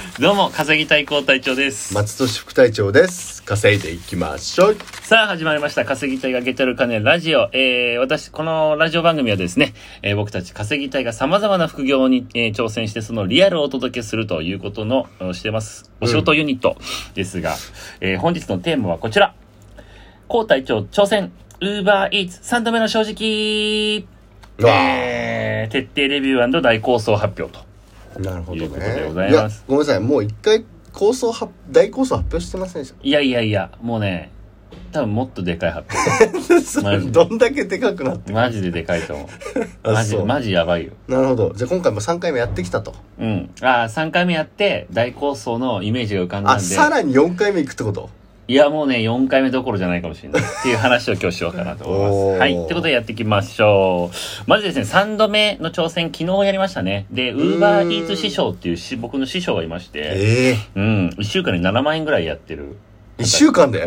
どうも稼ぎ隊高隊長です。 松戸市副隊長です。稼いでいきましょう。 さあ始まりました稼ぎ隊がゲテる金ラジオ。このラジオ番組はですね、僕たち稼ぎ隊が様々な副業に、挑戦してそのリアルをお届けするということのしてますお仕事ユニットですが、本日のテーマはこちら。高隊長挑戦 Uber Eats 3度目の正直、徹底レビュー&大構想発表と。 なるほどね。 いうことでございます。 いや、ごめんなさい。もう一回大構想発表してませんでした？ いや、もうね、多分もっとでかい発表。 どんだけでかくなってる？ マジででかいと思う。マジやばいよ。 なるほど。じゃあ今回も3回目やってきたと。 うん。3回目やって大構想のイメージが浮かんだんで。 さらに4回目いくってこと？ いや、もうね、4回目どころじゃないかもしれないっていう話を今日しようかなと思います。はい。ってことでやっていきましょう。まずですね、3度目の挑戦、昨日やりましたね。で、Uber Eats 師匠っていう僕の師匠がいまして、1週間に7万円ぐらいやってる。 1週間で？ うん。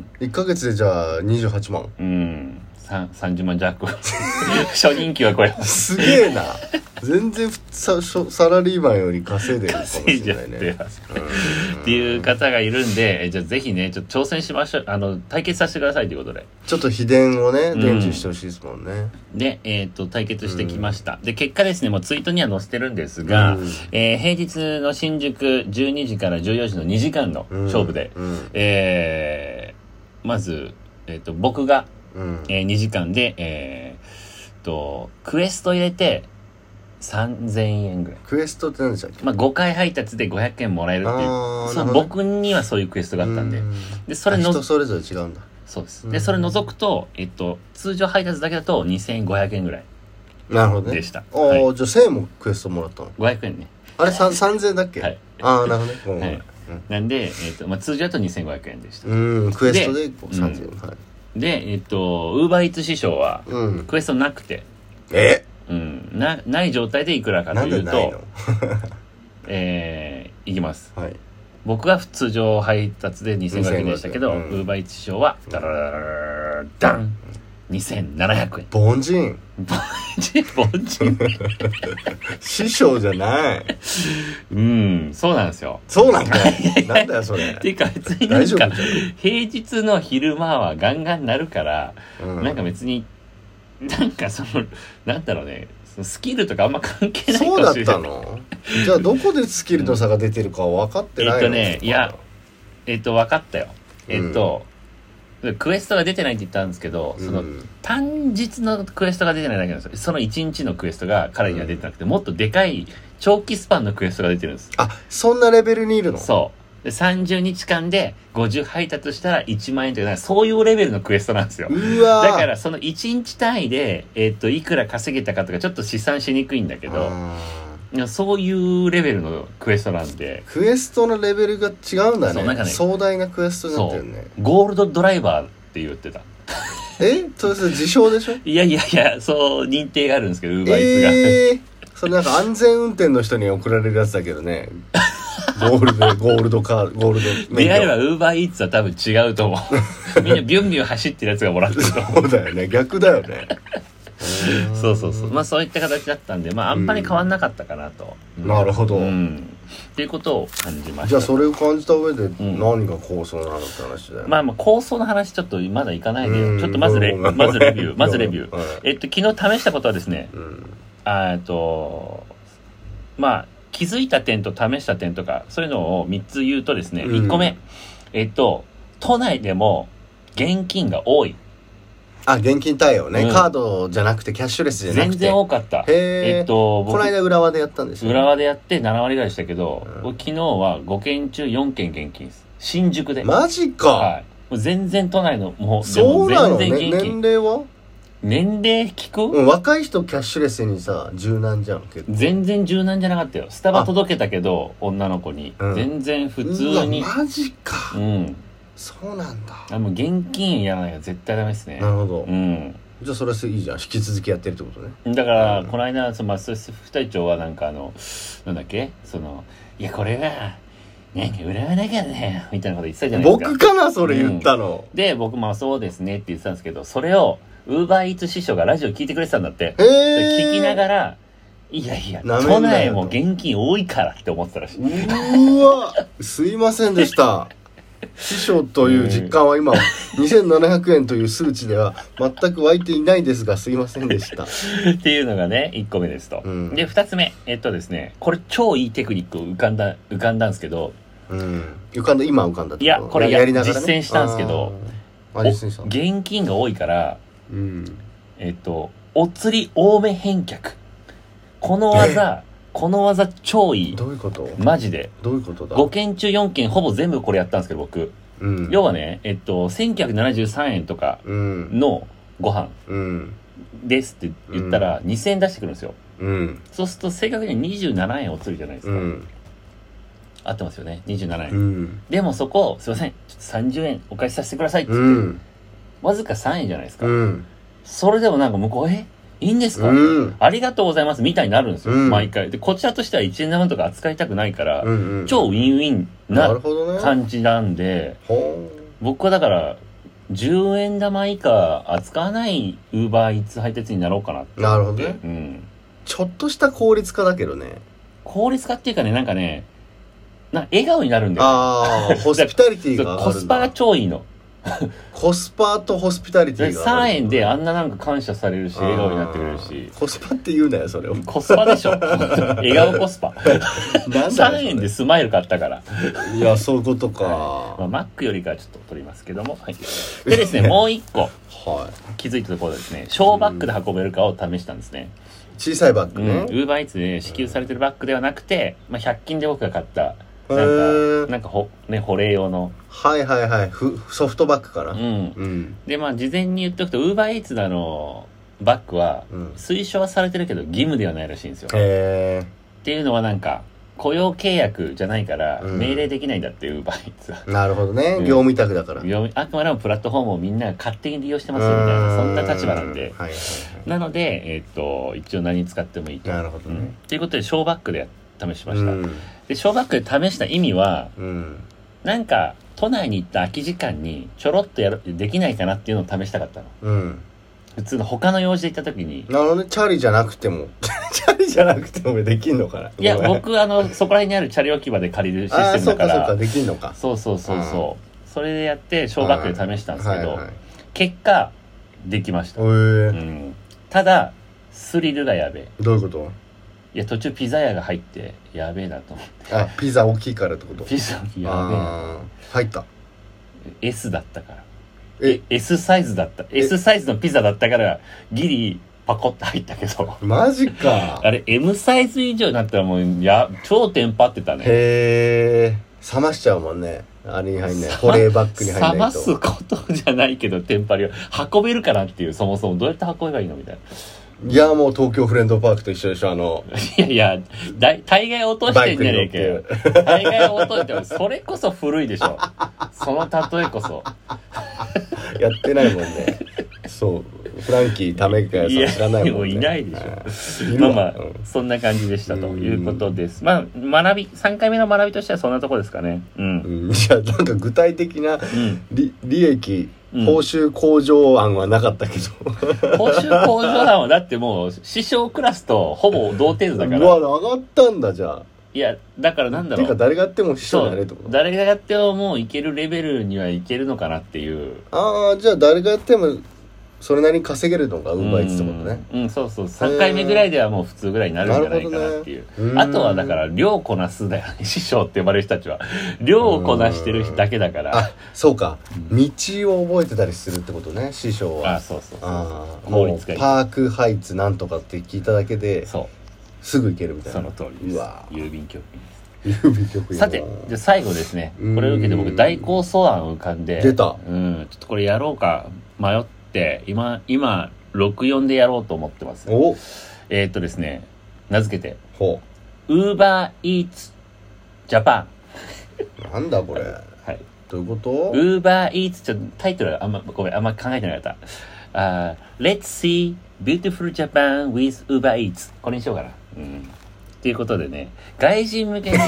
1ヶ月でじゃあ28万。 30万弱。初任給はこれ。 すげえな。全然サラリーマンより稼いでるかもしれないね。 っていう方がいるんで、じゃあぜひね、ちょっと挑戦しましょう。対決させてくださいということで。 ちょっと秘伝をね、伝授してほしいですもんね。 で、対決してきました。で、結果ですね、もうツイートには載せてるんですが、平日の新宿12時から14時の2時間の勝負で、まず、僕が、2時間で、クエスト入れて3000円ぐらい。 クエストって何でしたっけ ？5回配達で500円もらえるっていう。僕にはそういうクエストがあったんで。で、それ人それぞれ違うんだ。 そうです。で、それ除くと、通常配達だけだと2500円ぐらい。 なるほどね。 でした。 じゃあ1000円もクエストもらったの ？500円ね。 あれ3000円だっけ？はい。なるほどね。 なんで、通常だと2500円でした。 クエストで3000円。はい。 で、Uber Eats 師匠は、クエストなくて、ない状態でいくらかというと、いきます。はい。僕が通常配達で2500円でしたけど、Uber Eats 師匠は、ダン2700円。 凡人師匠じゃない。 そうなんですよ。 そうなんだよ。なんだよそれ。 っていうか別になんか平日の昼間はガンガンなるから、なんか別になんかなんだろうね、スキルとかあんま関係ないかもしれない。 そうだったの？じゃあどこでスキルの差が出てるか分かってないの？ いや分かったよ。クエストが出てないって言ったんですけど、単日のクエストが出てないだけなんですよ。その1日のクエストが彼には出てなくて、もっとでかい長期スパンのクエストが出てるんです。 そんなレベルにいるの？そう。 で、30日間で50配達したら1万円という、そういうレベルのクエストなんですよ。だからその1日単位で、いくら稼げたかとかちょっと試算しにくいんだけど、そういうレベルのクエストなんで。 クエストのレベルが違うんだね。なんかね、壮大なクエストになってるね。 ゴールドドライバーって言ってた。 それ自称でしょ？ いや、そう認定があるんですけど、Uber Eatsが。 それなんか安全運転の人に送られるやつだけどね。ゴールド出会えば Uber Eats は多分違うと思う。みんなビュンビュン走ってるやつがもらってると思う。 そうだよね。逆だよね。 そう。そういった形だったんで、あんまり変わんなかったかなと。 なるほど。 っていうことを感じました。 じゃあそれを感じた上で何が構想なのって話だよ。 構想の話ちょっとまだいかないでよ。ちょっとまずレビュー。昨日試したことはですね、気づいた点と試した点とか、そういうのを3つ言うとですね、1個目、都内でも現金が多い。 現金対応ね。カードじゃなくてキャッシュレスじゃなくて。 全然多かった。この間浦和でやったんですよ。 浦和でやって7割ぐらいでしたけど、昨日は5件中4件現金です。新宿で。 マジか。 はい。もう全然都内の、 そうなのね。年齢は？ 年齢聞く？ 若い人キャッシュレスにさ、柔軟じゃん。結構全然柔軟じゃなかったよ。スタバ届けたけど、女の子に。全然普通に。 マジか。そうなんだ。 もう現金やらないと絶対ダメですね。 なるほど。じゃあそれはいいじゃん。引き続きやってるってことね。 だから、この間、副隊長はなんかなんだっけいや、これが、なんか浦和だからね、みたいなこと言ってたじゃないですか。 僕かなそれ言ったの。 で、僕そうですねって言ってたんですけど、それを、Uber Eats 師匠がラジオ聞いてくれてたんだって。 聞きながら、 いやいや、 なめ都んなよと内も現金多いからって思ってたらしい。 うわすいませんでした師匠という実感は今2700円という数値では全く湧いていないですがすいませんでしたっていうのがね、1個目ですと。で、2つ目。ですね、これ超いいテクニック浮かんだんですけど、 今浮かんだってこと。 いや、これやりながら、ね、 実践したんですけど、 実践した現金が多いから、お釣り多め返却。この技超いい。 どういうこと？ マジで。 どういうことだ？ 5 件中4件ほぼ全部これやったんですけど、僕。要はね、1973円とかのご飯ですって言ったら2000円出してくるんですよ。そうすると正確には27円お釣りじゃないですか。合ってますよね、27円。でもそこ、すいません、ちょっと30円お返しさせてくださいって言って、わずか3円じゃないですか。それでもなんか向こう、いいんですか、ありがとうございますみたいになるんですよ、毎回。で、こちらとしては1円玉とか扱いたくないから、超ウィンウィンな感じなんで、僕はだから、10円玉以下扱わないウーバーイーツ配達になろうかなって。 なるほどね。ちょっとした効率化だけどね。 効率化っていうかね、なんかね、笑顔になるんだよ。 ホスピタリティが上がるんだ。 コスパが超いいの。 コスパとホスピタリティが上がる。 3円であんななんか感謝されるし、笑顔になってくれるし。 コスパって言うなよ、それを。 コスパでしょ。笑顔コスパ。3円でスマイル買ったから。 いや、そういうことか。 マックよりかはちょっと取りますけども。でですね、もう一個。気づいたところですね、小バッグで運べるかを試したんですね。 小さいバッグね。 ウーバーイーツで支給されてるバッグではなくて、100均で僕が買った、なんか保冷用の。 ソフトバッグかな。 で、事前に言っておくと、ウーバーイーツのバッグは、推奨はされてるけど、義務ではないらしいんですよ。っていうのはなんか、雇用契約じゃないから、命令できないんだって、ウーバーイーツは。 なるほどね。業務委託だから。 あくまでもプラットフォームをみんなが勝手に利用してますよ、みたいな、そんな立場なんで。なので、一応何に使ってもいいと。 なるほどね。 ということで、小バッグで試しました。で、小バッグで試した意味は、なんか、都内に行った空き時間にちょろっとできないかなっていうのを試したかったの。普通の他の用事で行った時に。 なるほどね。チャリじゃなくてもできんのかな。 いや、僕、そこら辺にあるチャリ置き場で借りるシステムだから。 そうか、できんのか。 そう。それでやって、小バッグで試したんですけど、結果、できました。ただ、スリルがやべえ。 どういうこと？ いや、途中ピザ屋が入って、やべえなと思って。 ピザ大きいからってこと？ ピザやべえな。 入った。 S だったから。S サイズだった。S サイズのピザだったから、ギリ、パコッと入ったけど。 マジか。 あれ、M サイズ以上になったらもう、超テンパってたね。 冷ましちゃうもんね。あれに入んない。保冷バッグに入んないと。 冷ますことじゃないけど、テンパりを。運べるかなっていう、そもそもどうやって運べばいいのみたいな。 いや、もう東京フレンドパークと一緒でしょ、 いや、大概落としてんじゃねえかよ。大概落としてそれこそ古いでしょ。その例えこそ。 やってないもんね。そう。フランキーためかやさん知らないもんね。 いないでしょ。そんな感じでしたということです。3回目の学びとしてはそんなとこですかね。 じゃあなんか具体的な利益、報酬向上案はなかったけど。 報酬向上案はだってもう師匠クラスとほぼ同程度だから。 うわ、上がったんだ、じゃあ。 いや、だからなんだろう。 てか誰がやっても師匠だねってこと？ 誰がやってももういけるレベルにはいけるのかなっていう。 じゃあ誰がやってもそれなりに稼げるのがウーバーイーツってことね。 そう。3回目ぐらいではもう普通ぐらいになるんじゃないかなっていう。あとはだから量こなすだよね。師匠って呼ばれる人たちは。量をこなしてるだけだから。 そうか。道を覚えてたりするってことね、師匠は。 そう。 もうパークハイツなんとかって聞いただけで、すぐ行けるみたいな。 その通りです。郵便局員。さて、じゃあ最後ですね。これを受けて僕大構想案を浮かんで。 出た。 ちょっとこれやろうか迷って、今、64でやろうと思ってます。ですね、名付けて。Uber Eats Japan。 なんだこれ。どういうこと？ Uber Eats、タイトルあんま考えてなかった。Let's see Beautiful Japan with Uber Eats。これにしようかな。っていうことでね、外人向けに、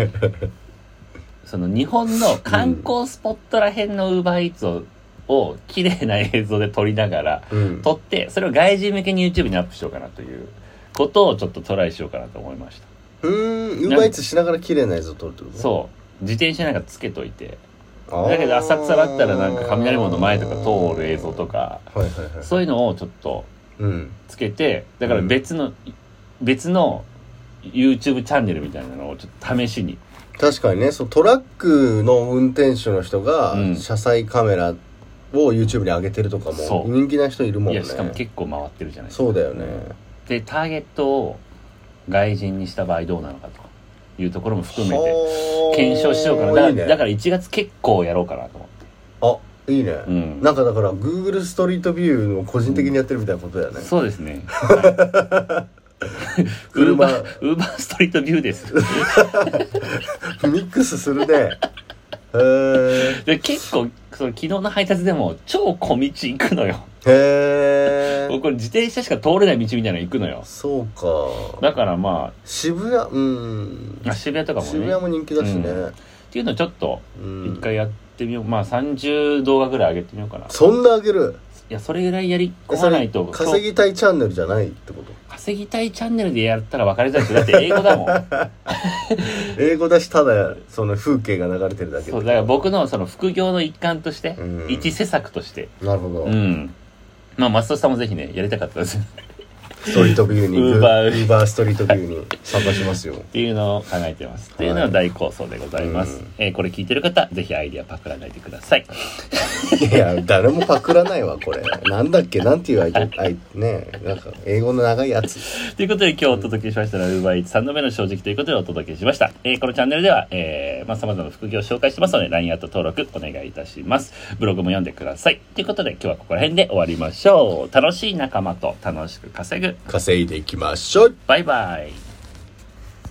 その日本の観光スポットらへんの Uber Eats を綺麗な映像で撮りながら、撮って、それを外人向けに YouTube にアップしようかなということをちょっとトライしようかなと思いました。 ウーバーイーツしながら綺麗な映像撮るってこと？ そう自転車なんかつけといて、 だだけど浅草だったらなんか雷門の前とか通る映像とか、 はいはいはい、 そういうのをちょっとつけて、だから別の YouTube チャンネルみたいなのをちょっと試しに。 確かにね、そうトラックの運転手の人が車載カメラを YouTube に上げてるとかも人気な人いるもんね。 いやしかも結構回ってるじゃないですか。 そうだよね。 でターゲットを外人にした場合どうなのかというところも含めて検証しようかな。だから1月結構やろうかなと思って。 いいね、なんかだから Google ストリートビューを個人的にやってるみたいなことだよね。 そうですね、はい、ウーバーストリートビューですミックスするね。 で結構その昨日の配達でも超小道行くのよ。これ自転車しか通れない道みたいなの行くのよ。 そうか。 だからまあ渋谷渋谷とかもね、 渋谷も人気だしね、 っていうのをちょっと一回やってみよう。まあ30動画ぐらい上げてみようかな。 そんな上げる？ いやそれぐらいやり込まないと。 稼ぎたいチャンネルじゃないってこと？ 稼ぎたいチャンネルでやったら分かりづらいし、だって英語だもん英語だし、ただその風景が流れてるだけ。 そうだから僕のその副業の一環として、一施策として。 なるほど。 まあ松戸さんもぜひねやりたかったですストリートビューにウーバーストリートビューに参加しますよっていうのを考えてますっていうのは大構想でございます、これ聞いてる方ぜひアイディアパクらないでくださいいや誰もパクらないわこれ。なんだっけ、なんていうアイディアね、なんか英語の長いやつということで今日お届けしましたのは Uber Eats 3度目の正直ということでお届けしました。このチャンネルでは様々な副業を紹介してますので LINE アット登録お願いいたします。ブログも読んでくださいということで今日はここら辺で終わりましょう。楽しい仲間と楽しく稼いでいきましょう。バイバイ。